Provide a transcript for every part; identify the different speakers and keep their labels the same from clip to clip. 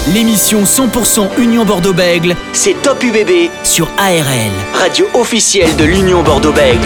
Speaker 1: L'émission 100% Union Bordeaux-Bègles, c'est Top UBB sur ARL, radio officielle de l'Union Bordeaux-Bègles.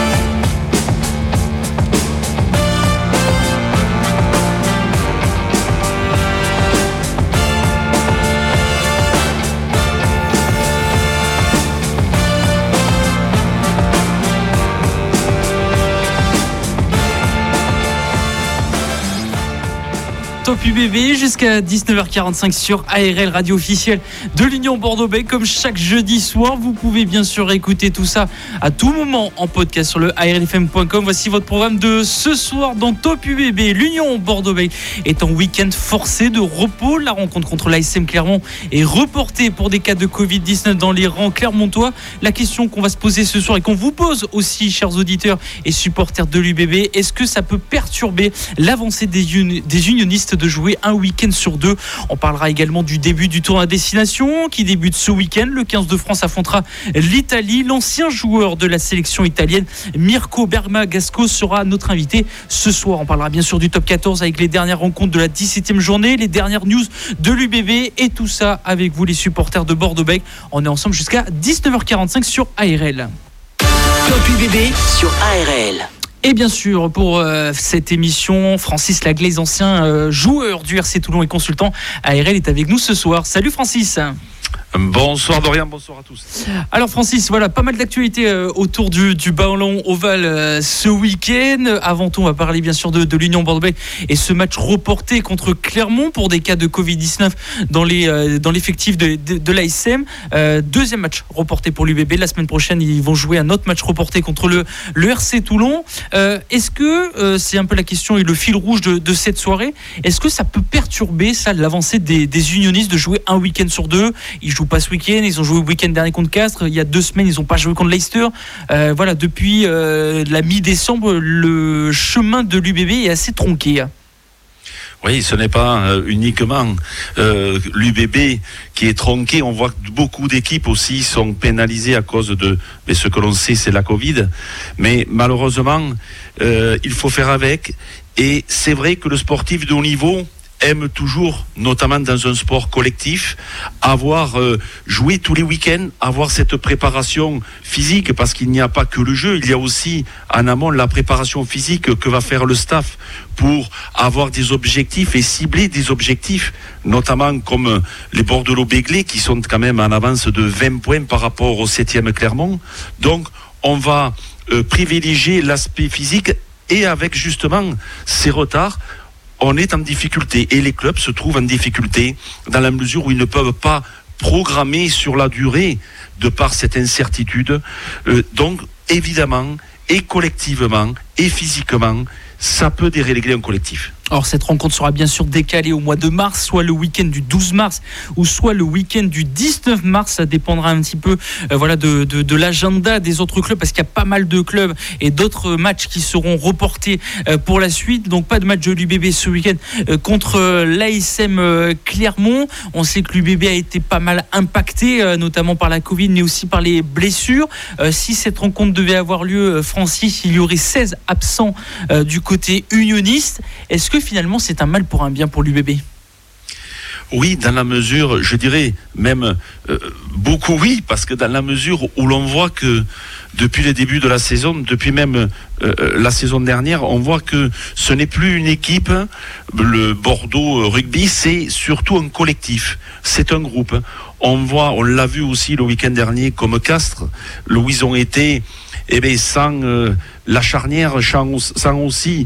Speaker 2: Top UBB jusqu'à 19h45 sur ARL, radio officielle de l'Union Bordeaux-Bègles. Comme chaque jeudi soir, vous pouvez bien sûr écouter tout ça à tout moment en podcast sur le arlfm.com. Voici votre programme de ce soir dans Top UBB. L'Union Bordeaux-Bègles est en week-end forcé de repos. La rencontre contre l'ASM Clermont est reportée pour des cas de Covid-19 dans les rangs clermontois. La question qu'on va se poser ce soir et qu'on vous pose aussi, chers auditeurs et supporters de l'UBB, est-ce que ça peut perturber l'avancée des unionistes de jouer un week-end sur deux? On parlera également du début du tournoi à destination qui débute ce week-end. Le 15 de France affrontera l'Italie. L'ancien joueur de la sélection italienne, Mirko Bergamasco, sera notre invité ce soir. On parlera bien sûr du top 14 avec les dernières rencontres de la 17e journée, les dernières news de l'UBB et tout ça avec vous les supporters de Bordeaux-Bègles. On est ensemble jusqu'à 19h45 sur ARL.
Speaker 1: Top UBB sur ARL.
Speaker 2: Et bien sûr, pour cette émission, Francis Laglaise, ancien joueur du RC Toulon et consultant ARL, est avec nous ce soir. Salut Francis.
Speaker 3: Bonsoir Dorian, bonsoir à tous.
Speaker 2: Alors Francis, voilà, pas mal d'actualités autour du ballon ovale ce week-end. Avant tout, on va parler bien sûr de l'Union Bordeaux-Bègles et ce match reporté contre Clermont pour des cas de Covid-19 dans l'effectif de l'ASM. Deuxième match reporté pour l'UBB. La semaine prochaine, ils vont jouer un autre match reporté contre le RC Toulon. Est-ce que, c'est un peu la question et le fil rouge de cette soirée, est-ce que ça peut perturber l'avancée des unionistes de jouer un week-end sur deux? Ils jouent pas ce week-end, ils ont joué le week-end dernier contre Castres, il y a 2 semaines ils n'ont pas joué contre Leicester. Voilà, depuis la mi-décembre, le chemin de l'UBB est assez tronqué.
Speaker 3: Oui, ce n'est pas uniquement l'UBB qui est tronqué. On voit que beaucoup d'équipes aussi sont pénalisées à cause de ce que l'on sait, c'est la Covid. Mais malheureusement, il faut faire avec. Et c'est vrai que le sportif de haut niveau aime toujours, notamment dans un sport collectif, avoir joué tous les week-ends, avoir cette préparation physique, parce qu'il n'y a pas que le jeu, il y a aussi en amont la préparation physique que va faire le staff pour avoir des objectifs et cibler des objectifs, notamment comme les Bordeaux-Bègles qui sont quand même en avance de 20 points par rapport au 7e Clermont. Donc on va privilégier l'aspect physique et avec justement ces retards, on est en difficulté et les clubs se trouvent en difficulté dans la mesure où ils ne peuvent pas programmer sur la durée de par cette incertitude. Donc évidemment, et collectivement, et physiquement, ça peut dérégler un collectif.
Speaker 2: Alors cette rencontre sera bien sûr décalée au mois de mars, soit le week-end du 12 mars ou soit le week-end du 19 mars. Ça dépendra un petit peu de l'agenda des autres clubs parce qu'il y a pas mal de clubs et d'autres matchs qui seront reportés pour la suite. Donc pas de match de l'UBB ce week-end contre l'ASM Clermont. On sait que l'UBB a été pas mal impacté, notamment par la Covid mais aussi par les blessures. Si cette rencontre devait avoir lieu, Francis, il y aurait 16 absents du côté unioniste. Est-ce que finalement c'est un mal pour un bien pour l'UBB?
Speaker 3: Oui, dans la mesure, je dirais même beaucoup oui, parce que dans la mesure où l'on voit que depuis le début de la saison, depuis même la saison dernière, on voit que ce n'est plus une équipe, le Bordeaux Rugby, c'est surtout un collectif, c'est un groupe. On l'a vu aussi le week-end dernier comme Castres, où ils ont été sans la charnière, sans aussi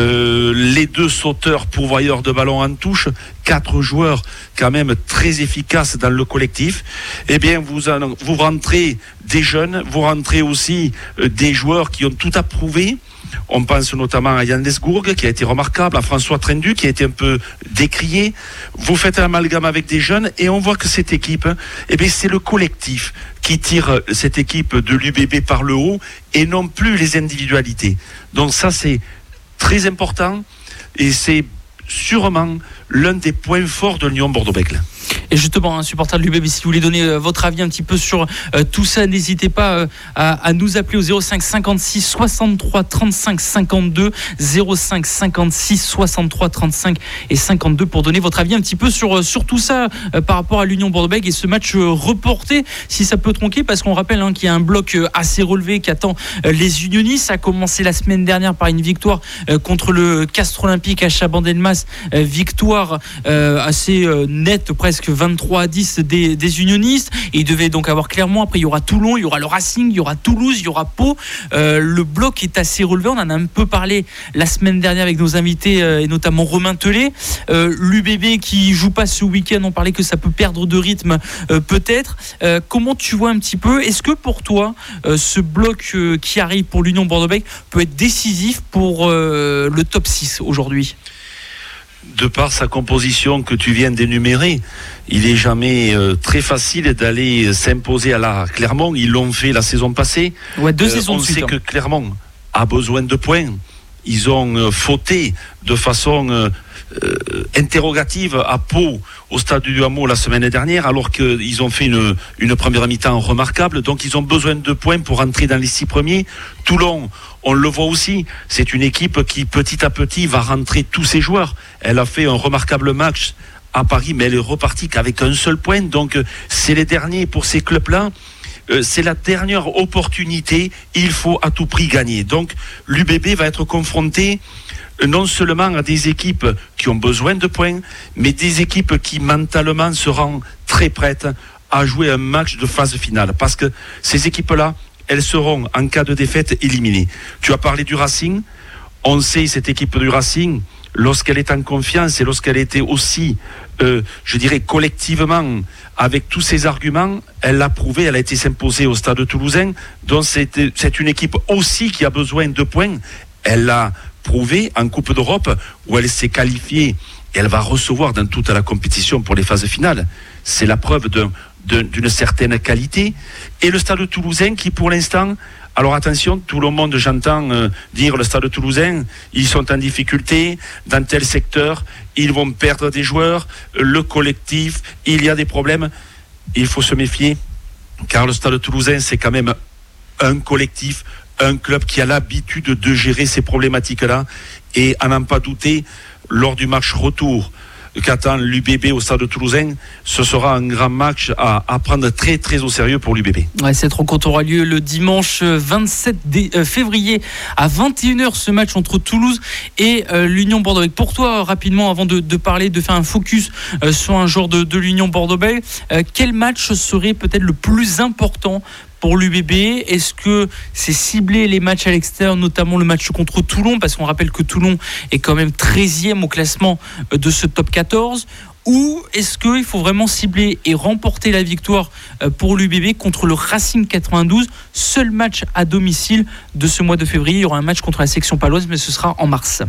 Speaker 3: les 2 sauteurs pourvoyeurs de ballon en touche, 4 joueurs quand même très efficaces dans le collectif. Vous rentrez des jeunes, vous rentrez aussi des joueurs qui ont tout approuvé. On pense notamment à Yann Lesgourg qui a été remarquable, à François Trendu qui a été un peu décrié. Vous faites l'amalgame avec des jeunes et on voit que cette équipe, c'est le collectif qui tire cette équipe de l'UBB par le haut et non plus les individualités. Donc ça c'est très important et c'est sûrement l'un des points forts de l'Union Bordeaux-Bègles.
Speaker 2: Et justement, un supporter de l'UBB, si vous voulez donner votre avis un petit peu sur tout ça, n'hésitez pas à nous appeler au 05 56 63 35 52, 05 56 63 35 et 52 pour donner votre avis un petit peu sur tout ça par rapport à l'Union Bordeaux-Bègles et ce match reporté, si ça peut tronquer, parce qu'on rappelle qu'il y a un bloc assez relevé qui attend les unionistes. Ça a commencé la semaine dernière par une victoire contre le Castres Olympique à Chabandelmas, victoire assez nette, presque 23-10 des unionistes, et il devait donc avoir Clermont. Après il y aura Toulon, il y aura le Racing, il y aura Toulouse, il y aura Pau. Le bloc est assez relevé, on en a un peu parlé la semaine dernière avec nos invités et notamment Romain Tellet. L'UBB qui joue pas ce week-end, on parlait que ça peut perdre de rythme peut-être. Comment tu vois un petit peu, est-ce que pour toi ce bloc qui arrive pour l'Union Bordeaux-Bègles peut être décisif pour le top 6 aujourd'hui?
Speaker 3: De par sa composition que tu viens d'énumérer, il est jamais très facile d'aller s'imposer à la Clermont. Ils l'ont fait la saison passée.
Speaker 2: Ouais, 2 saisons
Speaker 3: on
Speaker 2: de suite.
Speaker 3: sait que Clermont a besoin de points. Ils ont fauté de façon interrogative à Pau au stade du Hameau la semaine dernière, alors qu'ils ont fait une première mi-temps remarquable. Donc ils ont besoin de points pour entrer dans les 6 premiers. Toulon, on le voit aussi, c'est une équipe qui petit à petit va rentrer tous ses joueurs. Elle a fait un remarquable match à Paris, mais elle est repartie qu'avec un seul point. Donc c'est les derniers pour ces clubs-là. C'est la dernière opportunité, il faut à tout prix gagner. Donc l'UBB va être confronté non seulement à des équipes qui ont besoin de points, mais des équipes qui mentalement seront très prêtes à jouer un match de phase finale. Parce que ces équipes-là, elles seront en cas de défaite éliminées. Tu as parlé du Racing, on sait cette équipe du Racing, lorsqu'elle est en confiance et lorsqu'elle était aussi, je dirais collectivement, avec tous ses arguments, elle l'a prouvé, elle a été s'imposer au stade toulousain. Donc c'est une équipe aussi qui a besoin de points. Elle l'a prouvé en Coupe d'Europe où elle s'est qualifiée et elle va recevoir dans toute la compétition pour les phases finales. C'est la preuve d'une certaine qualité. Et le stade toulousain qui pour l'instant, alors attention, tout le monde, j'entends dire le stade toulousain, ils sont en difficulté dans tel secteur, ils vont perdre des joueurs, le collectif, il y a des problèmes. Il faut se méfier, car le stade toulousain, c'est quand même un collectif, un club qui a l'habitude de gérer ces problématiques-là. Et à n'en pas douter, lors du match retour qu'attend l'UBB au stade toulousain, ce sera un grand match à prendre très très au sérieux pour l'UBB.
Speaker 2: Ouais, cette rencontre aura lieu le dimanche 27 février à 21h, ce match entre Toulouse et l'Union Bordeaux. Pour toi, rapidement, avant de parler, de faire un focus sur un joueur de l'Union Bordeaux-Bègles, quel match serait peut-être le plus important pour l'UBB? Est-ce que c'est cibler les matchs à l'extérieur, notamment le match contre Toulon, parce qu'on rappelle que Toulon est quand même 13e au classement de ce top 14, ou est-ce qu'il faut vraiment cibler et remporter la victoire pour l'UBB contre le Racing 92, seul match à domicile de ce mois de février? Il y aura un match contre la section paloise, mais ce sera en mars.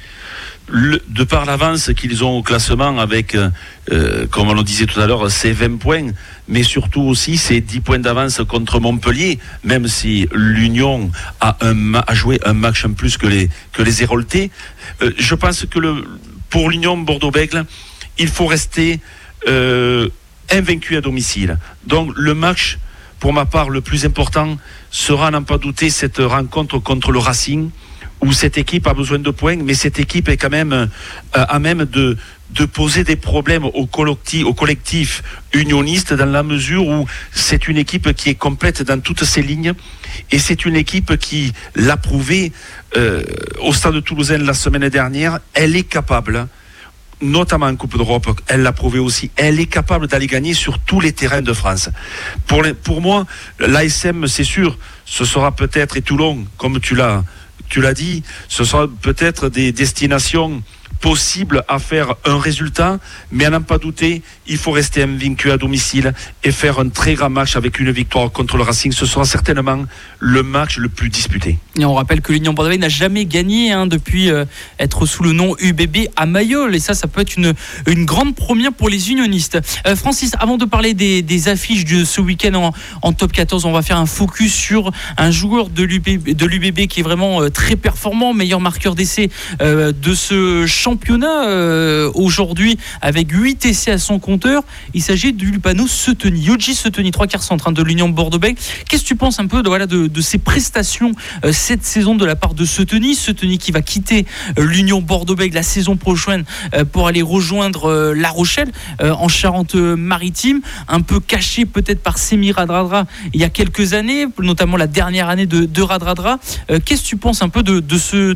Speaker 3: De par l'avance qu'ils ont au classement avec, comme on le disait tout à l'heure, ces 20 points, mais surtout aussi ces 10 points d'avance contre Montpellier, même si l'Union a joué un match en plus que les Héroltais. Je pense que pour l'Union Bordeaux-Bègles, il faut rester invaincu à domicile. Donc le match, pour ma part, le plus important sera, à n'en pas douter, cette rencontre contre le Racing, où cette équipe a besoin de points, mais cette équipe est quand même à même de poser des problèmes au collectif unioniste, dans la mesure où c'est une équipe qui est complète dans toutes ses lignes, et c'est une équipe qui l'a prouvé au stade toulousain la semaine dernière. Elle est capable, notamment en Coupe d'Europe, elle l'a prouvé aussi, elle est capable d'aller gagner sur tous les terrains de France. Pour moi, l'ASM, c'est sûr, ce sera peut-être, et Toulon, comme tu l'as dit, ce sera peut-être des destinations possibles à faire un résultat, mais à n'en pas douter, il faut rester invaincu à domicile et faire un très grand match avec une victoire contre le Racing. Ce sera certainement le match le plus disputé. Et
Speaker 2: on rappelle que l'Union Bordeaux n'a jamais gagné depuis être sous le nom UBB à Mayol, et ça peut être une grande première pour les unionistes. Francis, avant de parler des affiches de ce week-end en top 14, on va faire un focus sur un joueur de l'UBB qui est vraiment très performant, meilleur marqueur d'essai de ce championnat aujourd'hui avec 8 essais à son compteur. Il s'agit du Lupano Seteny. Yoji Seteny, 3 quarts centre de l'Union Bordeaux-Bègles. Qu'est-ce que tu penses un peu de ses prestations cette saison de la part de Seteny qui va quitter l'Union Bordeaux-Bègles la saison prochaine pour aller rejoindre La Rochelle en Charente-Maritime, un peu caché peut-être par Semi Radradra il y a quelques années, notamment la dernière année de Radradra. Qu'est-ce que tu penses un peu de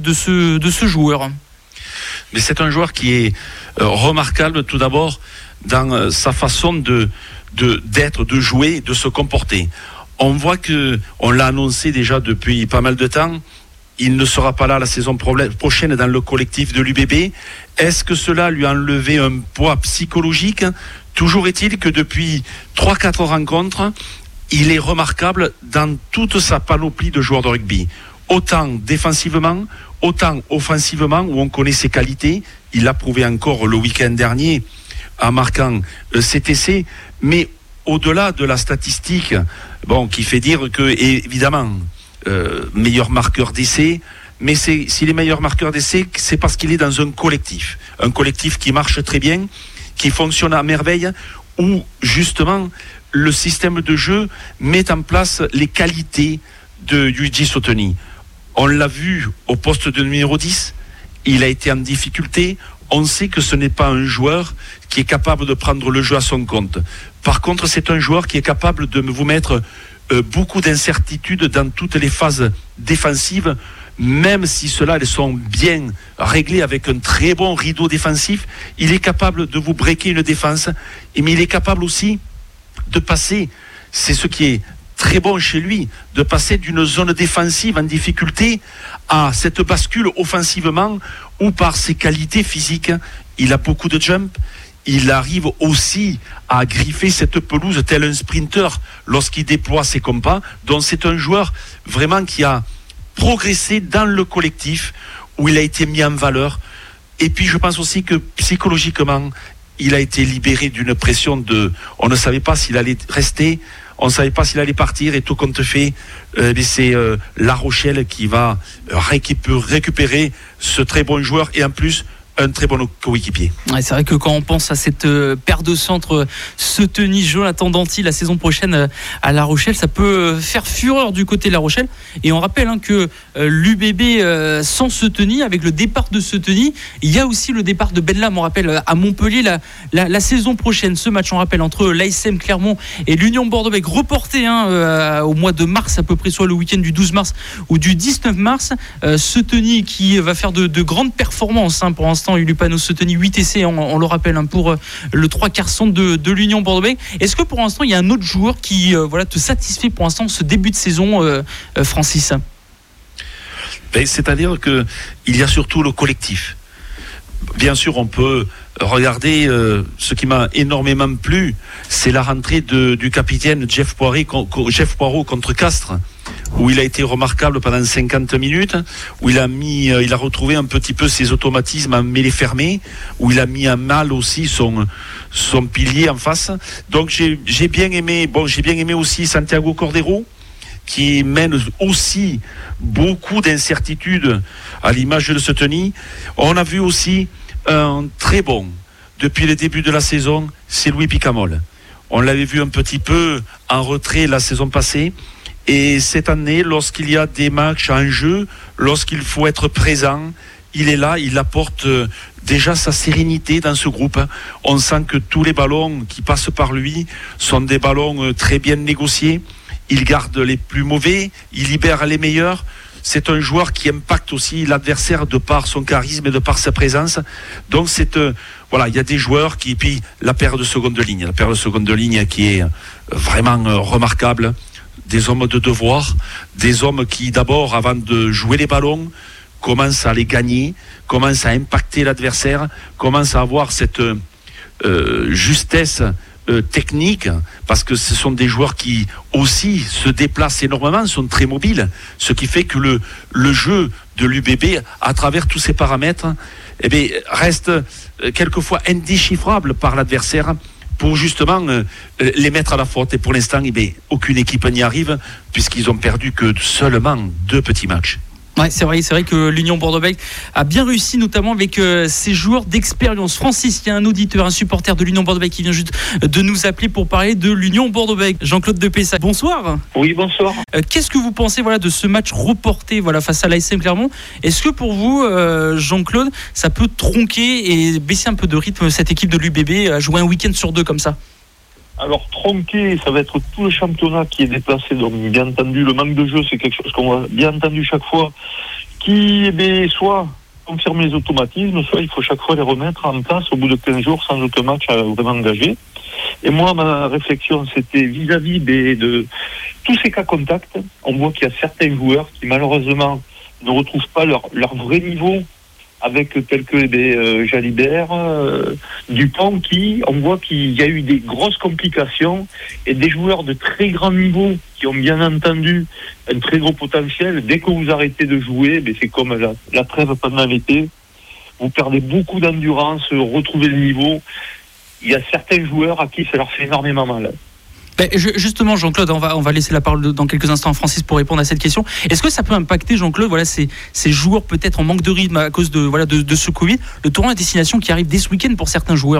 Speaker 2: ce joueur ?
Speaker 3: Mais c'est un joueur qui est remarquable tout d'abord dans sa façon d'être, de jouer, de se comporter. On voit on l'a annoncé déjà depuis pas mal de temps, il ne sera pas là la saison prochaine dans le collectif de l'UBB. Est-ce que cela lui a enlevé un poids psychologique ? Toujours est-il que depuis 3-4 rencontres, il est remarquable dans toute sa panoplie de joueurs de rugby. Autant défensivement, autant offensivement, où on connaît ses qualités. Il l'a prouvé encore le week-end dernier en marquant cet essai. Mais au-delà de la statistique, qui fait dire que, évidemment, meilleur marqueur d'essai, mais s'il est meilleur marqueur d'essai, c'est parce qu'il est dans un collectif qui marche très bien, qui fonctionne à merveille, où justement le système de jeu met en place les qualités de Yoji Seteny. On l'a vu au poste de numéro 10, il a été en difficulté. On sait que ce n'est pas un joueur qui est capable de prendre le jeu à son compte. Par contre, c'est un joueur qui est capable de vous mettre beaucoup d'incertitudes dans toutes les phases défensives, même si cela, elles sont bien réglées avec un très bon rideau défensif. Il est capable de vous breaker une défense, mais il est capable aussi de passer, c'est ce qui est très bon chez lui, de passer d'une zone défensive en difficulté à cette bascule offensivement, où par ses qualités physiques, il a beaucoup de jump. Il arrive aussi à griffer cette pelouse tel un sprinter lorsqu'il déploie ses compas. Donc c'est un joueur vraiment qui a progressé dans le collectif, où il a été mis en valeur. Et puis je pense aussi que psychologiquement, il a été libéré d'une pression on ne savait pas s'il allait rester, on ne savait pas s'il allait partir, et tout compte fait, c'est La Rochelle qui va récupérer ce très bon joueur, et en plus un très bon coéquipier.
Speaker 2: Ouais, c'est vrai que quand on pense à cette paire de centres Seteny, Jonathan Danty la saison prochaine à La Rochelle, ça peut faire fureur du côté de La Rochelle. Et on rappelle que l'UBB sans Seteny, avec le départ de Seteny, il y a aussi le départ de Ben Lam, on rappelle, à Montpellier la saison prochaine. Ce match, on rappelle, entre l'ASM Clermont et l'Union Bordeaux-Bègles, reporté au mois de mars à peu près, soit le week-end du 12 mars ou du 19 mars. Seteny qui va faire de grandes performances pour l'instant. Lupano Seteny, 8 essais, on le rappelle, pour le 3 quarts centre de l'Union Bordeaux-Bègles. Est-ce que pour l'instant il y a un autre joueur qui te satisfait pour l'instant ce début de saison, Francis ?
Speaker 3: C'est-à-dire qu'il y a surtout le collectif. Bien sûr, on peut regarder ce qui m'a énormément plu, c'est la rentrée du capitaine Jeff Poirot contre Castres, où il a été remarquable pendant 50 minutes, où il a retrouvé un petit peu ses automatismes en mêlée fermée, où il a mis à mal aussi son pilier en face. Donc j'ai bien aimé aussi Santiago Cordero, qui mène aussi beaucoup d'incertitudes à l'image de Seteny. On a vu aussi un très bon, depuis le début de la saison, c'est Louis Picamol. On l'avait vu un petit peu en retrait la saison passée, et cette année, lorsqu'il y a des matchs en jeu, lorsqu'il faut être présent, il est là, il apporte déjà sa sérénité dans ce groupe. On sent que tous les ballons qui passent par lui sont des ballons très bien négociés. Il garde les plus mauvais, il libère les meilleurs. C'est un joueur qui impacte aussi l'adversaire de par son charisme et de par sa présence. Donc il y a des joueurs qui, puis la paire de seconde ligne qui est vraiment remarquable. Des hommes de devoir, des hommes qui d'abord, avant de jouer les ballons, commencent à les gagner, commencent à impacter l'adversaire, commencent à avoir cette justesse technique, parce que ce sont des joueurs qui aussi se déplacent énormément, sont très mobiles, ce qui fait que le jeu de l'UBB, à travers tous ces paramètres, reste quelquefois indéchiffrable par l'adversaire, pour justement les mettre à la faute. Et pour l'instant, aucune équipe n'y arrive, puisqu'ils ont perdu que seulement 2 petits matchs.
Speaker 2: Ouais, c'est vrai que l'Union Bordeaux-Bègles a bien réussi, notamment avec ses joueurs d'expérience. Francis, il y a un auditeur, un supporter de l'Union Bordeaux-Bègles qui vient juste de nous appeler pour parler de l'Union Bordeaux-Bègles. Jean-Claude de Pessac, bonsoir.
Speaker 4: Oui, bonsoir.
Speaker 2: Qu'est-ce que vous pensez de ce match reporté face à l'ASM Clermont ? Est-ce que pour vous, Jean-Claude, ça peut tronquer et baisser un peu de rythme cette équipe de l'UBB à jouer un week-end sur 2 comme ça ?
Speaker 4: Alors, tronquer, ça va être tout le championnat qui est déplacé. Donc, bien entendu, le manque de jeu, c'est quelque chose qu'on voit bien entendu chaque fois, qui, soit confirme les automatismes, soit il faut chaque fois les remettre en place au bout de 15 jours sans aucun match vraiment engagé. Et moi, ma réflexion, c'était vis-à-vis de tous ces cas contacts. On voit qu'il y a certains joueurs qui, malheureusement, ne retrouvent pas leur vrai niveau, avec tels que Jalibert, Dupont, on voit qu'il y a eu des grosses complications et des joueurs de très grand niveau qui ont bien entendu un très gros potentiel. Dès que vous arrêtez de jouer, c'est comme la trêve pendant l'été, vous perdez beaucoup d'endurance, retrouvez le niveau. Il y a certains joueurs à qui ça leur fait énormément mal.
Speaker 2: Justement, Jean-Claude, on va laisser la parole dans quelques instants à Francis pour répondre à cette question. Est-ce que ça peut impacter, Jean-Claude, ces joueurs peut-être en manque de rythme à cause de ce Covid, le tournoi à destination qui arrive dès ce week-end pour certains joueurs ?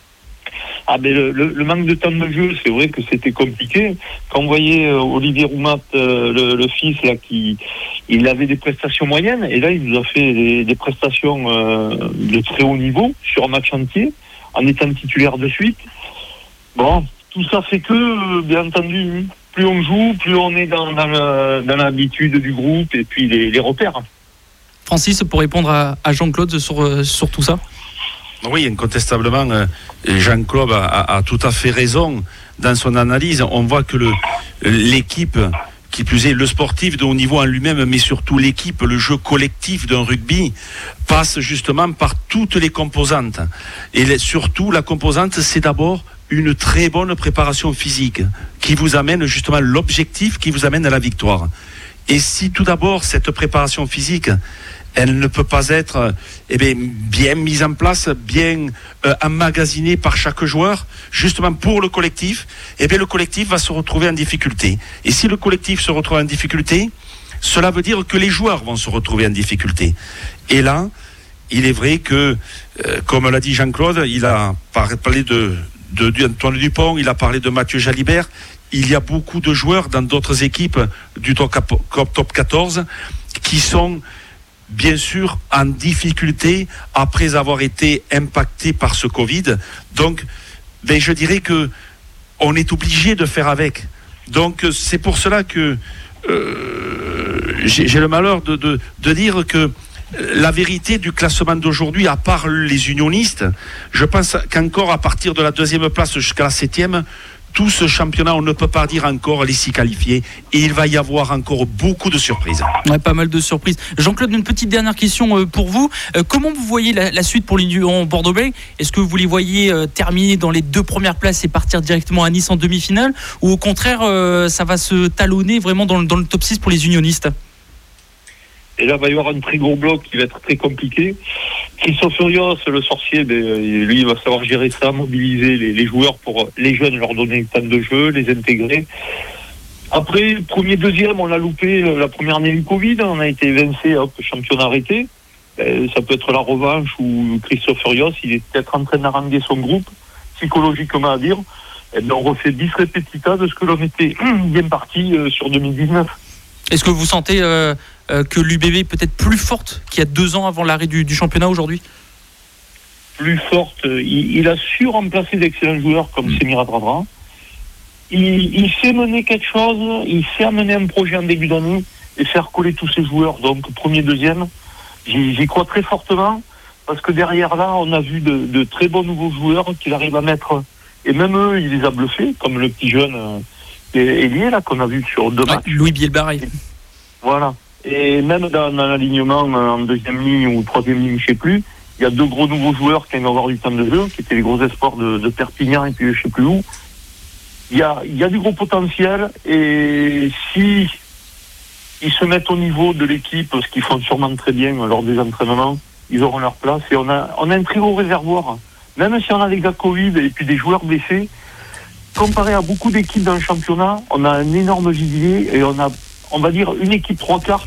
Speaker 4: Le manque de temps de jeu, c'est vrai que c'était compliqué. Quand on voyait Olivier Roumat, le fils, il avait des prestations moyennes, et là, il nous a fait des prestations de très haut niveau sur un match entier, en étant titulaire de suite. Bon, tout ça fait que, bien entendu, plus on joue, plus on est dans l'habitude du groupe et puis les repères.
Speaker 2: Francis, pour répondre à Jean-Claude sur tout ça ?
Speaker 3: Oui, incontestablement, Jean-Claude a tout à fait raison dans son analyse. On voit que l'équipe, qui plus est le sportif de haut niveau en lui-même, mais surtout l'équipe, le jeu collectif d'un rugby, passe justement par toutes les composantes. Et surtout, la composante, c'est d'abord une très bonne préparation physique qui vous amène justement l'objectif qui vous amène à la victoire. Et si tout d'abord cette préparation physique, elle ne peut pas être bien mise en place, bien emmagasinée par chaque joueur, justement pour le collectif, le collectif va se retrouver en difficulté. Et si le collectif se retrouve en difficulté, cela veut dire que les joueurs vont se retrouver en difficulté. Et là, il est vrai que, comme l'a dit Jean-Claude, il a parlé d'Antoine Dupont, il a parlé de Mathieu Jalibert. Il y a beaucoup de joueurs dans d'autres équipes du top 14 qui sont bien sûr en difficulté après avoir été impactés par ce Covid. Donc, je dirais que on est obligé de faire avec. Donc, c'est pour cela que j'ai le malheur de dire que la vérité du classement d'aujourd'hui, à part les unionistes, je pense qu'encore à partir de la 2e place jusqu'à la 7e, tout ce championnat, on ne peut pas dire encore les 6 qualifiés. Et il va y avoir encore beaucoup de surprises.
Speaker 2: Ouais, pas mal de surprises. Jean-Claude, une petite dernière question pour vous. Comment vous voyez la suite pour l'Union Bordeaux-Bègles ? Est-ce que vous les voyez terminer dans les 2 premières places et partir directement à Nice en demi-finale ? Ou au contraire, ça va se talonner vraiment dans le top 6 pour les unionistes ?
Speaker 4: Et là, il va y avoir un très gros bloc qui va être très compliqué. Christophe Furios, le sorcier, lui, il va savoir gérer ça, mobiliser les joueurs pour les jeunes, leur donner le temps de jeu, les intégrer. Après, premier, deuxième, on a loupé la première année du Covid, on a été évincé, championnat arrêté. Ça peut être la revanche où Christophe Furios, il est peut-être en train d'arranger son groupe, psychologiquement à dire. On refait 10 répétitas de ce que l'on était bien parti sur 2019.
Speaker 2: Est-ce que vous sentez que l'UBB est peut-être plus forte qu'il y a 2 ans avant l'arrêt du championnat aujourd'hui ?
Speaker 4: Plus forte. Il a su remplacer d'excellents joueurs comme Semira Dradra. Il sait mener quelque chose, il sait amener un projet en début d'année et faire coller tous ses joueurs. Donc premier, deuxième, j'y crois très fortement parce que derrière là, on a vu de très bons nouveaux joueurs qu'il arrive à mettre. Et même eux, il les a bluffés, comme le petit jeune ailier là qu'on a vu sur 2 matchs.
Speaker 2: Louis Bielbarré.
Speaker 4: Voilà. Et même dans l'alignement en 2e ligne ou 3e ligne, je ne sais plus, il y a 2 gros nouveaux joueurs qui vont avoir du temps de jeu, qui étaient les gros espoirs de Perpignan et puis je ne sais plus où. Il y a du gros potentiel et si ils se mettent au niveau de l'équipe, ce qu'ils font sûrement très bien lors des entraînements, ils auront leur place. Et on a un très gros réservoir. Même si on a des gars Covid et puis des joueurs blessés, comparé à beaucoup d'équipes dans le championnat, on a un énorme vivier et on va dire une équipe 3/4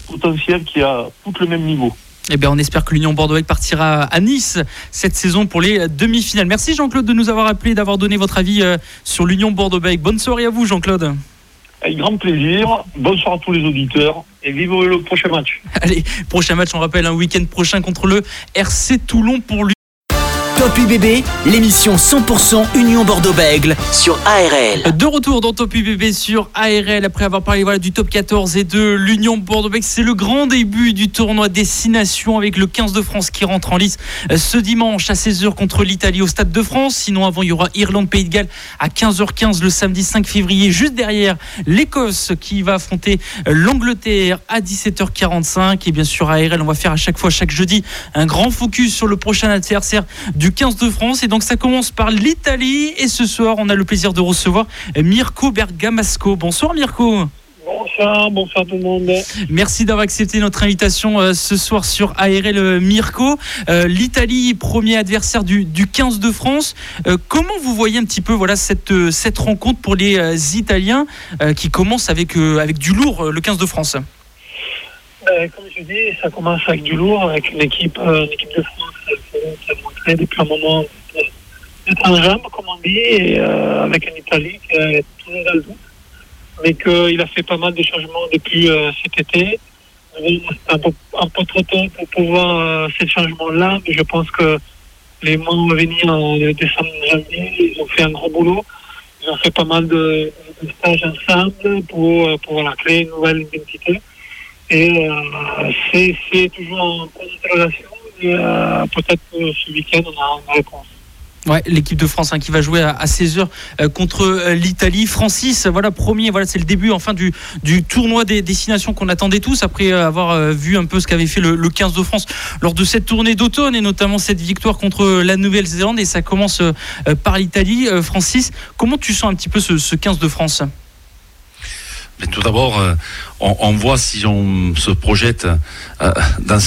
Speaker 4: potentiel qui a tout le même niveau.
Speaker 2: Eh bien, on espère que l'Union Bordeaux partira à Nice cette saison pour les demi-finales. Merci Jean-Claude de nous avoir appelé, d'avoir donné votre avis sur l'Union Bordeaux. Bonne soirée à vous Jean-Claude.
Speaker 4: Avec grand plaisir. Bonsoir à tous les auditeurs et vive le prochain match.
Speaker 2: Allez, prochain match, on rappelle un week-end prochain contre le RC Toulon pour lui.
Speaker 1: Top UBB, l'émission 100% Union Bordeaux-Bègles sur ARL.
Speaker 2: De retour dans Top UBB sur ARL après avoir parlé du top 14 et de l'Union Bordeaux-Bègles. C'est le grand début du tournoi Destination avec le 15 de France qui rentre en lice ce dimanche à 16h contre l'Italie au Stade de France. Sinon avant il y aura Irlande-Pays de Galles à 15h15 le samedi 5 février. Juste derrière l'Écosse qui va affronter l'Angleterre à 17h45. Et bien sûr à ARL on va faire à chaque fois, chaque jeudi, un grand focus sur le prochain adversaire du 15 de France. Et donc ça commence par l'Italie et ce soir on a le plaisir de recevoir Mirko Bergamasco. Bonsoir Mirko.
Speaker 5: Bonsoir tout le monde.
Speaker 2: Merci d'avoir accepté notre invitation ce soir sur ARL Mirko. L'Italie, premier adversaire du 15 de France. Comment vous voyez un petit peu cette rencontre pour les Italiens qui commence avec du lourd, le 15 de France?
Speaker 5: Comme je dis, ça commence avec du lourd, avec une équipe de France qui a montré depuis un moment d'être en jambe, comme on dit, et avec une Italie qui est toujours dans le doute, mais qu'il a fait pas mal de changements depuis cet été. C'est un peu trop tôt pour pouvoir ces changements-là, mais je pense que les mois à venir, en décembre, janvier, ils ont fait un gros boulot. Ils ont fait pas mal de stages ensemble pour créer une nouvelle identité. Et c'est toujours en point d'interrogation. Et peut-être que ce week-end, on a une réponse.
Speaker 2: Ouais, l'équipe de France qui va jouer à 16h contre l'Italie. Francis, premier, c'est le début enfin du tournoi des destinations qu'on attendait tous après avoir vu un peu ce qu'avait fait le 15 de France lors de cette tournée d'automne et notamment cette victoire contre la Nouvelle-Zélande. Et ça commence par l'Italie. Francis, comment tu sens un petit peu ce 15 de France ?
Speaker 3: Mais tout d'abord, on voit si on se projette dans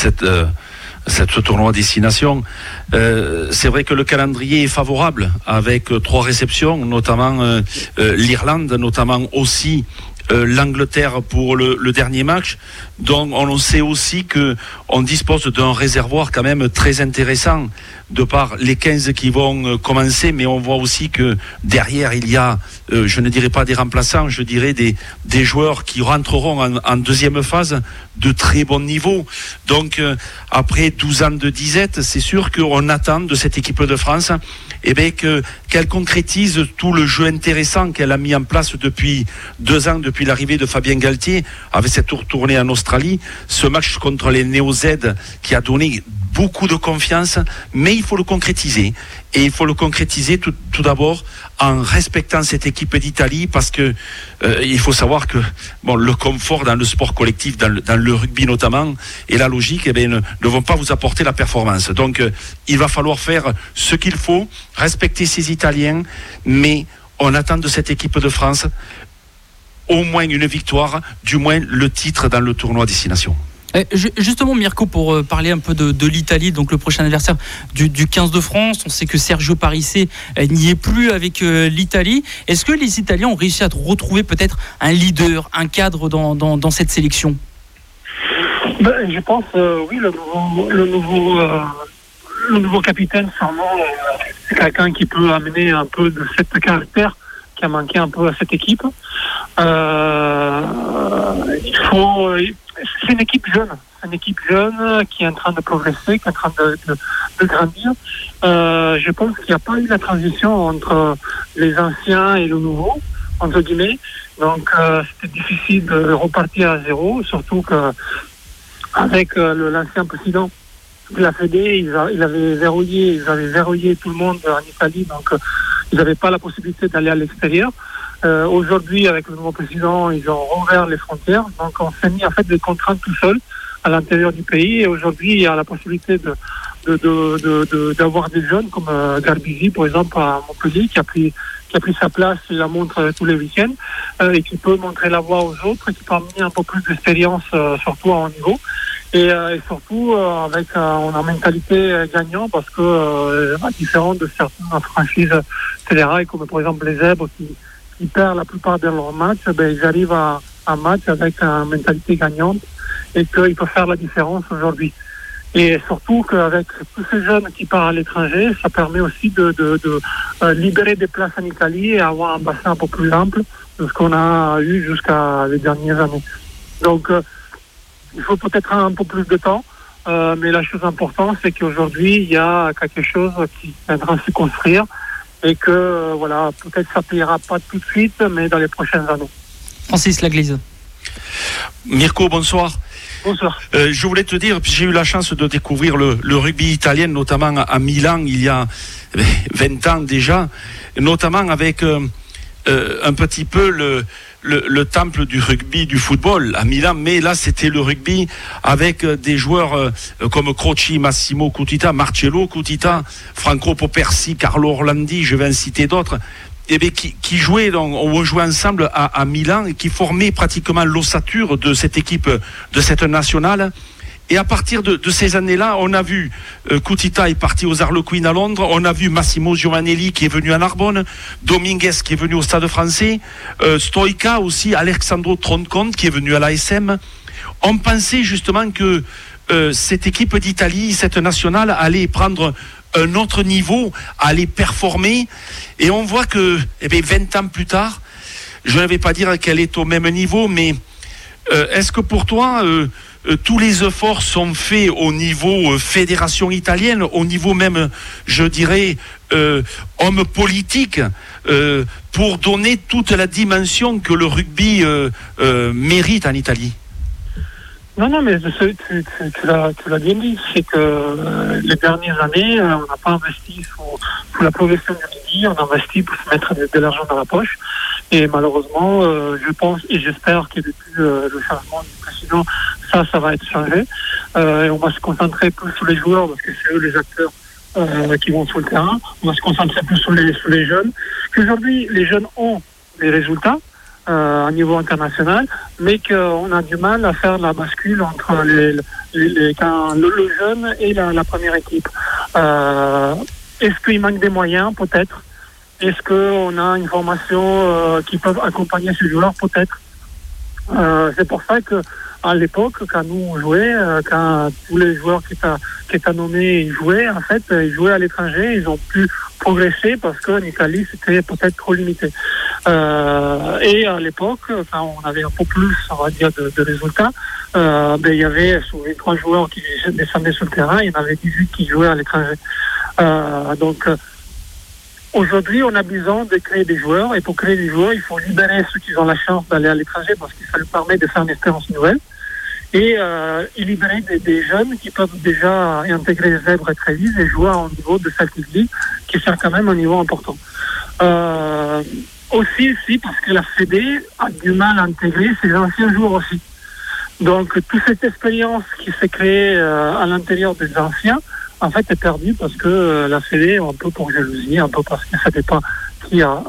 Speaker 3: ce tournoi destination. C'est vrai que le calendrier est favorable avec 3 réceptions, notamment l'Irlande, notamment aussi l'Angleterre pour le dernier match. Donc on sait aussi qu'on dispose d'un réservoir quand même très intéressant de par les 15 qui vont commencer, mais on voit aussi que derrière il y a, je ne dirais pas des remplaçants, je dirais des joueurs qui rentreront en deuxième phase de très bon niveau. Donc après 12 ans de disette, c'est sûr qu'on attend de cette équipe de France qu'elle concrétise tout le jeu intéressant qu'elle a mis en place depuis 2 ans, depuis l'arrivée de Fabien Galtier, avec cette tournée en Australie, ce match contre les Néo-Z qui a donné beaucoup de confiance, mais il faut le concrétiser. Et il faut le concrétiser tout d'abord en respectant cette équipe d'Italie, parce que il faut savoir que le confort dans le sport collectif, dans le rugby notamment, et la logique ne vont pas vous apporter la performance. Donc il va falloir faire ce qu'il faut, respecter ces Italiens, mais on attend de cette équipe de France au moins une victoire, du moins le titre dans le tournoi destination.
Speaker 2: Justement Mirko, pour parler un peu de l'Italie, donc le prochain adversaire du 15 de France, on sait que Sergio Parisse n'y est plus avec l'Italie. Est-ce que les Italiens ont réussi à retrouver peut-être un leader, un cadre dans cette sélection?
Speaker 5: Je pense oui, le nouveau capitaine sûrement, c'est quelqu'un qui peut amener un peu de cette caractère qui a manqué un peu à cette équipe. C'est une équipe jeune qui est en train de progresser, qui est en train de grandir. Je pense qu'il n'y a pas eu la transition entre les anciens et le nouveau, entre guillemets. Donc c'était difficile de repartir à zéro, surtout qu'avec l'ancien président de la Fédé, ils avaient verrouillé tout le monde en Italie, donc ils n'avaient pas la possibilité d'aller à l'extérieur. Aujourd'hui, avec le nouveau président, ils ont rouvert les frontières, donc on s'est mis en fait des contraintes tout seul à l'intérieur du pays. Et aujourd'hui, il y a la possibilité d'avoir des jeunes comme Garbisi, par exemple, à Montpellier, qui a pris sa place, il la montre tous les week-ends, et qui peut montrer la voie aux autres, qui peut amener un peu plus d'expérience, surtout à haut niveau. Et surtout avec une mentalité gagnante, parce que à différence de certaines franchises fédérales, comme par exemple les Zèbres qui perdent la plupart de leurs matchs, ils arrivent à un match avec une mentalité gagnante et qu'il peut faire la différence aujourd'hui. Et surtout qu'avec tous ces jeunes qui partent à l'étranger, ça permet aussi de libérer des places en Italie et avoir un bassin un peu plus ample de ce qu'on a eu jusqu'à les dernières années. Donc, il faut peut-être un peu plus de temps, mais la chose importante, c'est qu'aujourd'hui, il y a quelque chose qui est en train de se construire et que, voilà, peut-être ça ne payera pas tout de suite, mais dans les prochaines années.
Speaker 2: Francis Laglise.
Speaker 3: Mirko, bonsoir.
Speaker 5: Bonsoir.
Speaker 3: Je voulais te dire, j'ai eu la chance de découvrir le rugby italien, notamment à Milan, il y a 20 ans déjà, notamment avec un petit peu le temple du rugby, du football à Milan, mais là c'était le rugby avec des joueurs comme Croci, Massimo Cutita, Marcello Cutita, Franco Popersi, Carlo Orlandi, je vais en citer d'autres, qui jouaient, on jouait ensemble à Milan et qui formaient pratiquement l'ossature de cette équipe, de cette nationale. Et à partir de ces années-là, on a vu Cutita est parti aux Harlequins à Londres, on a vu Massimo Giovanelli qui est venu à Narbonne, Dominguez qui est venu au Stade Français, Stoica aussi, Alexandro Troncon qui est venu à l'ASM. On pensait justement que cette équipe d'Italie, cette nationale, allait prendre un autre niveau, allait performer. Et on voit que 20 ans plus tard, je ne vais pas dire qu'elle est au même niveau, mais est-ce que pour toi, tous les efforts sont faits au niveau fédération italienne, au niveau même, je dirais, homme politique, pour donner toute la dimension que le rugby mérite en Italie?
Speaker 5: Non, mais tu l'as bien dit, c'est que les dernières années, on n'a pas investi sous la progression du rugby, on a investi pour se mettre de l'argent dans la poche. Et malheureusement, je pense et j'espère que depuis le changement du président, ça va être changé. Et on va se concentrer plus sur les joueurs parce que c'est eux les acteurs qui vont sur le terrain. On va se concentrer plus sur les jeunes. Qu'aujourd'hui, les jeunes ont des résultats à niveau international, mais qu'on a du mal à faire la bascule entre le jeune et la première équipe. Est-ce qu'il manque des moyens? Peut-être. Est-ce qu'on a une formation qui peut accompagner ces joueurs? Peut-être. C'est pour ça que à l'époque, quand nous on jouait, quand tous les joueurs qui t'a nommé jouaient, en fait, ils jouaient à l'étranger, ils ont pu progresser parce qu'en Italie, c'était peut-être trop limité. Et à l'époque, quand on avait un peu plus, on va dire, de résultats, il y avait sur les 3 joueurs qui descendaient sur le terrain, il y en avait 18 qui jouaient à l'étranger. Aujourd'hui, on a besoin de créer des joueurs, et pour créer des joueurs, il faut libérer ceux qui ont la chance d'aller à l'étranger parce que ça leur permet de faire une expérience nouvelle, et libérer des jeunes qui peuvent déjà intégrer les zèbres très vite et jouer au niveau de Celtic League, qui sert quand même un niveau important. Aussi, parce que la Fédé a du mal à intégrer ses anciens joueurs aussi. Donc, toute cette expérience qui s'est créée à l'intérieur des anciens, en fait, est perdue parce que la Fédé, un peu pour jalousie, un peu parce que ça dépend qui a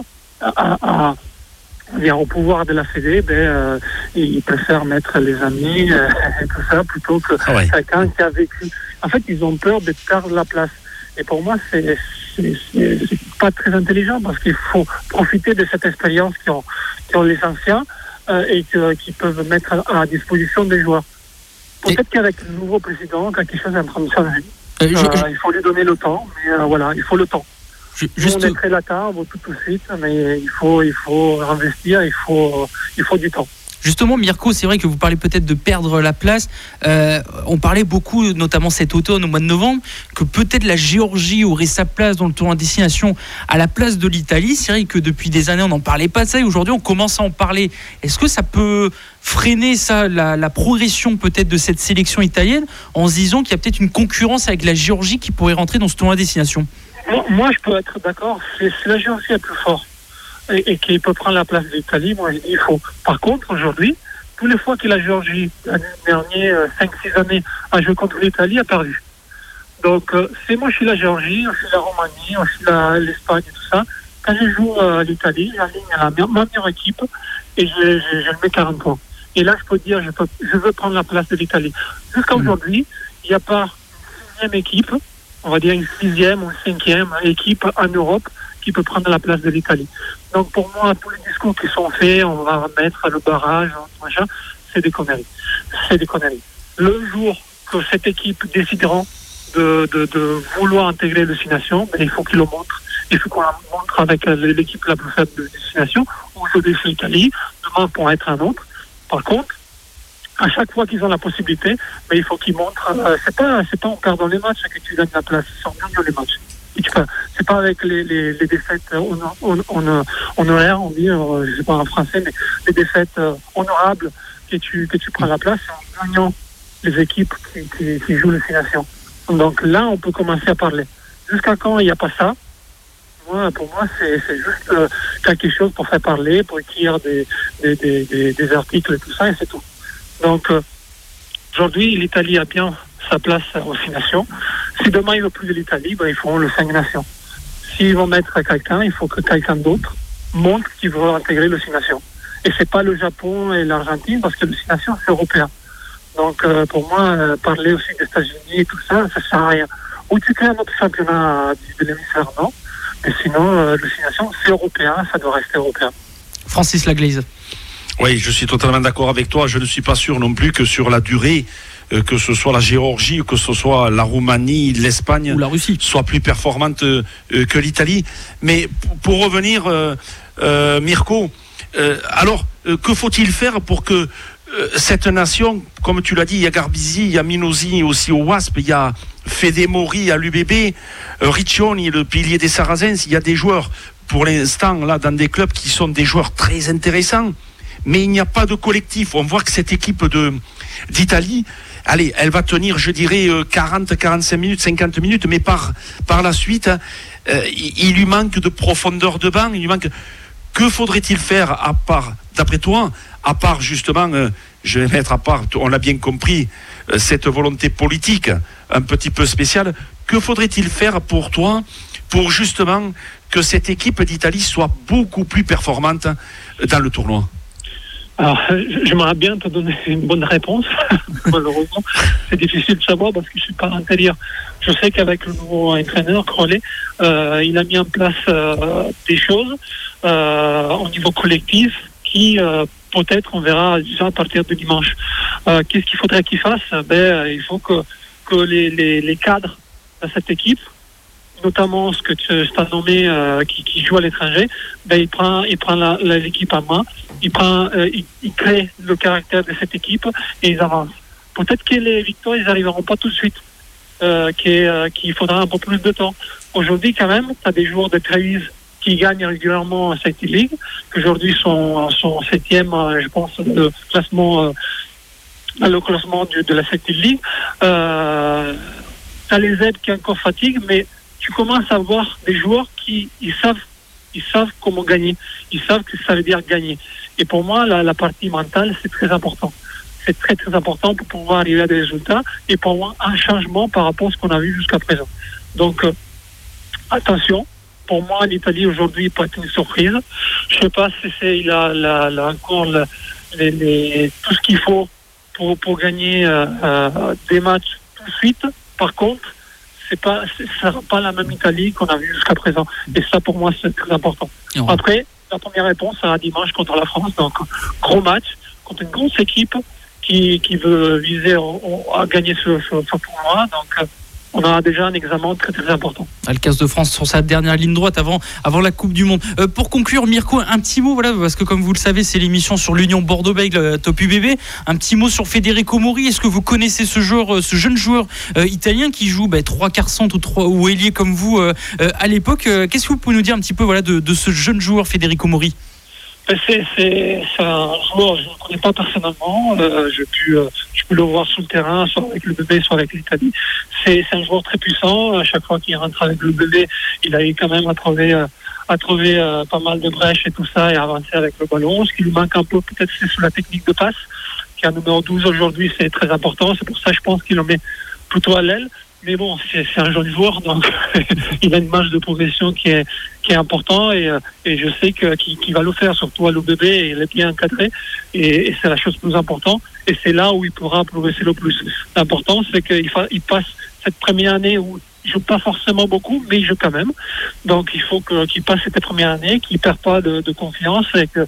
Speaker 5: au pouvoir de la Fédé, ils préfèrent mettre les amis et tout ça plutôt que quelqu'un qui a vécu. En fait, ils ont peur de perdre la place. Et pour moi, c'est pas très intelligent parce qu'il faut profiter de cette expérience qu'ont les anciens et qui peuvent mettre à disposition des joueurs. Peut-être qu'avec le nouveau président, quelque chose est en train de changer. Il faut lui donner le temps, mais voilà, il faut le temps. Nous, on est très latin, on va tout de suite, mais il faut investir, il faut du temps.
Speaker 2: Justement, Mirko, c'est vrai que vous parlez peut-être de perdre la place. On parlait beaucoup, notamment cet automne, au mois de novembre, que peut-être la Géorgie aurait sa place dans le tournoi de destination à la place de l'Italie. C'est vrai que depuis des années, on n'en parlait pas de ça, et aujourd'hui, on commence à en parler. Est-ce que ça peut freiner ça, la progression peut-être de cette sélection italienne, en se disant qu'il y a peut-être une concurrence avec la Géorgie qui pourrait rentrer dans ce tournoi de destination?
Speaker 5: Moi, je peux être d'accord. Si la Géorgie est plus forte et qui peut prendre la place de l'Italie, moi je dis il faut. Par contre, aujourd'hui, tous les fois que la Géorgie, l'année dernière, 5-6 années, a joué contre l'Italie, a perdu. Donc, c'est moi je suis la Géorgie, je suis la Roumanie, je suis l'Espagne et tout ça. Quand je joue à l'Italie, j'aligne ma meilleure équipe et je mets 40 points. Et là, je peux dire, je veux prendre la place de l'Italie. Jusqu'à aujourd'hui, il n'y a pas une 6e équipe, on va dire une 6e ou une 5e équipe en Europe qui peut prendre la place de l'Italie. Donc pour moi, tous les discours qui sont faits, on va mettre le barrage, machin, c'est des conneries. c'est des conneries. Le jour que cette équipe décidera de vouloir intégrer le 6 Nations, il faut qu'ils le montrent. Il faut qu'on la montre avec l'équipe la plus faible de destination. Aujourd'hui, c'est l'Italie. Demain, pourra être un autre. Par contre, à chaque fois qu'ils ont la possibilité, il faut qu'ils montrent. C'est pas en perdant les matchs que tu gagnes la place. C'est en gagnant les matchs. C'est pas avec les défaites honoraires, on dit, je sais pas en français, mais les défaites honorables que tu prends la place, c'est en gagnant les équipes qui jouent les 6 Nations. Donc là, on peut commencer à parler. Jusqu'à quand il n'y a pas ça, pour moi, c'est juste quelque chose pour faire parler, pour écrire des articles et tout ça, et c'est tout. Donc, aujourd'hui, l'Italie a bien sa place aux 6 Nations. Si demain, il ne veut plus de l'Italie, ils feront le 5 Nations. S'ils vont mettre quelqu'un, il faut que quelqu'un d'autre montre qu'il veut intégrer le 6 Nations. Et c'est pas le Japon et l'Argentine, parce que le 6 Nations, c'est européen. Donc, pour moi, parler aussi des États-Unis et tout ça, ça sert à rien. Ou tu crées un autre championnat de l'hémisphère nord, mais sinon, le 6 Nations, c'est européen, ça doit rester européen.
Speaker 2: Francis Laglaise.
Speaker 3: Oui, je suis totalement d'accord avec toi. Je ne suis pas sûr non plus que sur la durée, que ce soit la Géorgie, que ce soit la Roumanie, l'Espagne,
Speaker 2: ou la Russie,
Speaker 3: soit plus performante que l'Italie. Mais pour revenir, Mirko, alors, que faut-il faire pour que cette nation, comme tu l'as dit, il y a Garbisi, il y a Minosi aussi au WASP, il y a Fede Mori à l'UBB, Riccioni, le pilier des Saracens, il y a des joueurs, pour l'instant, là, dans des clubs qui sont des joueurs très intéressants, mais il n'y a pas de collectif. On voit que cette équipe d'Italie, allez, elle va tenir, je dirais, 40, 45 minutes, 50 minutes, mais par la suite, il lui manque de profondeur de banc, il lui manque... Que faudrait-il faire à part, d'après toi, à part justement, je vais mettre à part, on l'a bien compris, cette volonté politique un petit peu spéciale, que faudrait-il faire pour toi, pour justement que cette équipe d'Italie soit beaucoup plus performante dans le tournoi?
Speaker 5: Alors, j'aimerais bien te donner une bonne réponse. Malheureusement, c'est difficile de savoir parce que je ne suis pas à l'intérieur. Je sais qu'avec le nouveau entraîneur, Crowley, il a mis en place des choses au niveau collectif qui, peut-être, on verra déjà à partir de dimanche. Qu'est-ce qu'il faudrait qu'il fasse? Il faut que les cadres de cette équipe, notamment ce que tu as nommé qui joue à l'étranger, il prend l'équipe à main, il crée le caractère de cette équipe et ils avancent. Peut-être que les victoires, ils n'arriveront pas tout de suite, qu'il faudra un peu plus de temps. Aujourd'hui, quand même, tu as des joueurs de Treviso qui gagnent régulièrement cette ligue, qui aujourd'hui sont 7e, je pense, le classement de la 7e ligue. Tu as les aides qui encore fatiguent, mais tu commences à voir des joueurs qui savent comment gagner. Ils savent que ça veut dire gagner. Et pour moi, la partie mentale, c'est très important. C'est très, très important pour pouvoir arriver à des résultats et pour avoir un changement par rapport à ce qu'on a vu jusqu'à présent. Donc, attention. Pour moi, l'Italie, aujourd'hui, peut être une surprise. Je ne sais pas si il a encore tout ce qu'il faut pour gagner des matchs tout de suite. Par contre, ce sera pas la même Italie qu'on a vue jusqu'à présent. Et ça, pour moi, c'est très important.
Speaker 2: Ouais.
Speaker 5: Après, la première réponse sera dimanche contre la France. Donc, gros match contre une grosse équipe qui veut viser à gagner ce tournoi. Donc, on a déjà un examen très très important.
Speaker 2: Alcas de France sur sa dernière ligne droite avant la Coupe du Monde. Pour conclure, Mirko, un petit mot, voilà, parce que comme vous le savez, c'est l'émission sur l'Union Bordeaux-Bègles Top UBB. Un petit mot sur Federico Mori. Est-ce que vous connaissez ce jeune joueur italien qui joue 3 quarts centre ou ailier comme vous à l'époque? Qu'est-ce que vous pouvez nous dire un petit peu de ce jeune joueur Federico Mori?
Speaker 5: C'est un joueur, je ne le connais pas personnellement. Je peux le voir sur le terrain, soit avec le bébé, soit avec l'Italie. C'est un joueur très puissant. À chaque fois qu'il rentre avec le bébé, il a eu quand même à trouver pas mal de brèches et tout ça et à avancer avec le ballon. Ce qui lui manque un peu, peut-être, c'est sur la technique de passe, qui est un numéro 12 aujourd'hui, c'est très important. C'est pour ça que je pense qu'il le met plutôt à l'aile. Mais bon, c'est un jeune joueur, donc il a une marge de progression qui est important et je sais qu'il va le faire, surtout à l'OBB, et il est bien encadré et c'est la chose plus importante et c'est là où il pourra progresser le plus. L'important, c'est qu'il passe cette première année où il joue pas forcément beaucoup, mais il joue quand même. Donc il faut qu'il passe cette première année, qu'il perd pas de confiance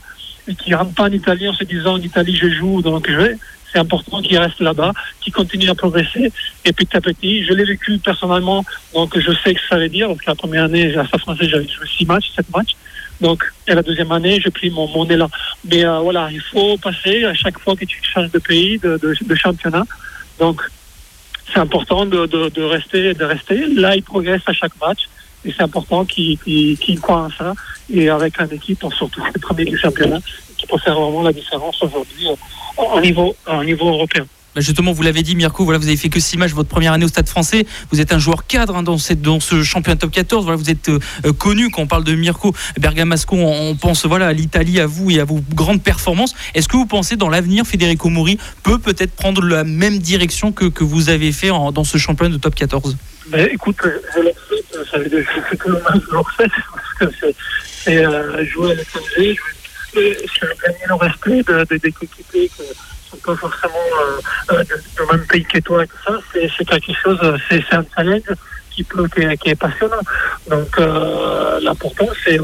Speaker 5: et qui ne rentre pas en Italie en se disant en Italie je joue, donc je vais. C'est important qu'il reste là-bas, qu'il continue à progresser. Et petit à petit, je l'ai vécu personnellement, donc je sais ce que ça veut dire. Parce que la première année, à Stade Français, j'avais joué 6 matchs, 7 matchs. Donc, et la deuxième année, j'ai pris mon élan. Mais voilà, il faut passer à chaque fois que tu changes de pays, de championnat. Donc, c'est important de rester. Là, il progresse à chaque match. Et c'est important qu'il croit en ça. Et avec une équipe, surtout les premiers du championnat, qui peut faire vraiment la différence aujourd'hui au niveau européen.
Speaker 2: Justement, vous l'avez dit, Mirko, voilà, vous avez fait que 6 matchs votre première année au Stade Français. Vous êtes un joueur cadre dans ce championnat top 14. Voilà, vous êtes connu quand on parle de Mirko Bergamasco. On pense à l'Italie, à vous et à vos grandes performances. Est-ce que vous pensez dans l'avenir, Federico Mori peut-être prendre la même direction que vous avez fait dans ce championnat de top 14?
Speaker 5: Écoute, je le souhaite, ça veut dire que c'est tout le monde je le souhaite, parce que c'est jouer à l'étranger, c'est gagner le respect des coéquipiers qui ne sont pas forcément du même pays que toi et tout ça, c'est quelque chose, c'est un challenge qui est passionnant. Donc l'important c'est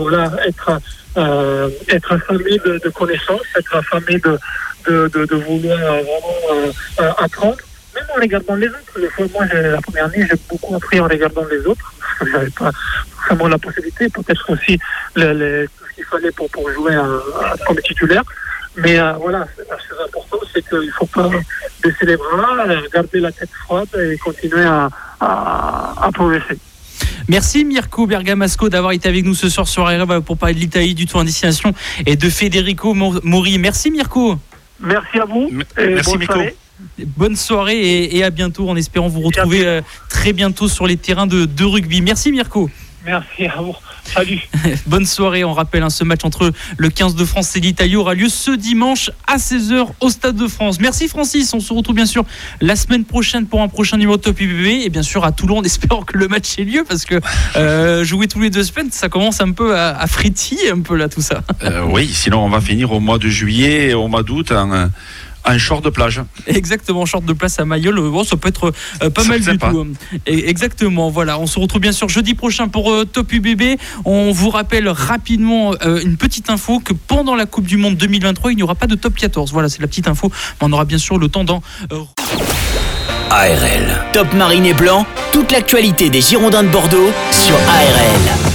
Speaker 5: être affamé de connaissances, être affamé de vouloir vraiment apprendre. Même en regardant les autres. Moi, la première année, j'ai beaucoup appris en regardant les autres. Parce que j'avais pas vraiment la possibilité. Peut-être aussi tout ce qu'il fallait pour jouer comme titulaire. Mais voilà, la chose importante, c'est qu'il ne faut pas baisser les bras, garder la tête froide et continuer à progresser.
Speaker 2: Merci Mirko Bergamasco d'avoir été avec nous ce soir sur ARL pour parler de l'Italie, du tour en destination et de Federico Mori. Merci Mirko.
Speaker 5: Merci à vous.
Speaker 3: Merci Mirko.
Speaker 2: Bonne soirée et à bientôt en espérant vous retrouver très bientôt sur les terrains de rugby. Merci Mirko.
Speaker 5: Merci à vous. Salut.
Speaker 2: Bonne soirée. On rappelle ce match entre le 15 de France et l'Italie aura lieu ce dimanche à 16h au Stade de France. Merci Francis. On se retrouve bien sûr la semaine prochaine pour un prochain numéro de Top UBB et bien sûr à Toulon en espérant que le match ait lieu parce que jouer tous les 2 semaines ça commence un peu à frétiller un peu là tout ça.
Speaker 3: Oui, sinon on va finir au mois de juillet et au mois d'août un short de plage.
Speaker 2: Exactement, short de place à Mayol. Bon, ça peut être pas mal du tout. Exactement, voilà. On se retrouve bien sûr jeudi prochain pour Top UBB. On vous rappelle rapidement une petite info que pendant la Coupe du Monde 2023, il n'y aura pas de Top 14. Voilà, c'est la petite info. On aura bien sûr le temps d'en...
Speaker 1: ARL. Top Marine et Blanc, toute l'actualité des Girondins de Bordeaux sur ARL.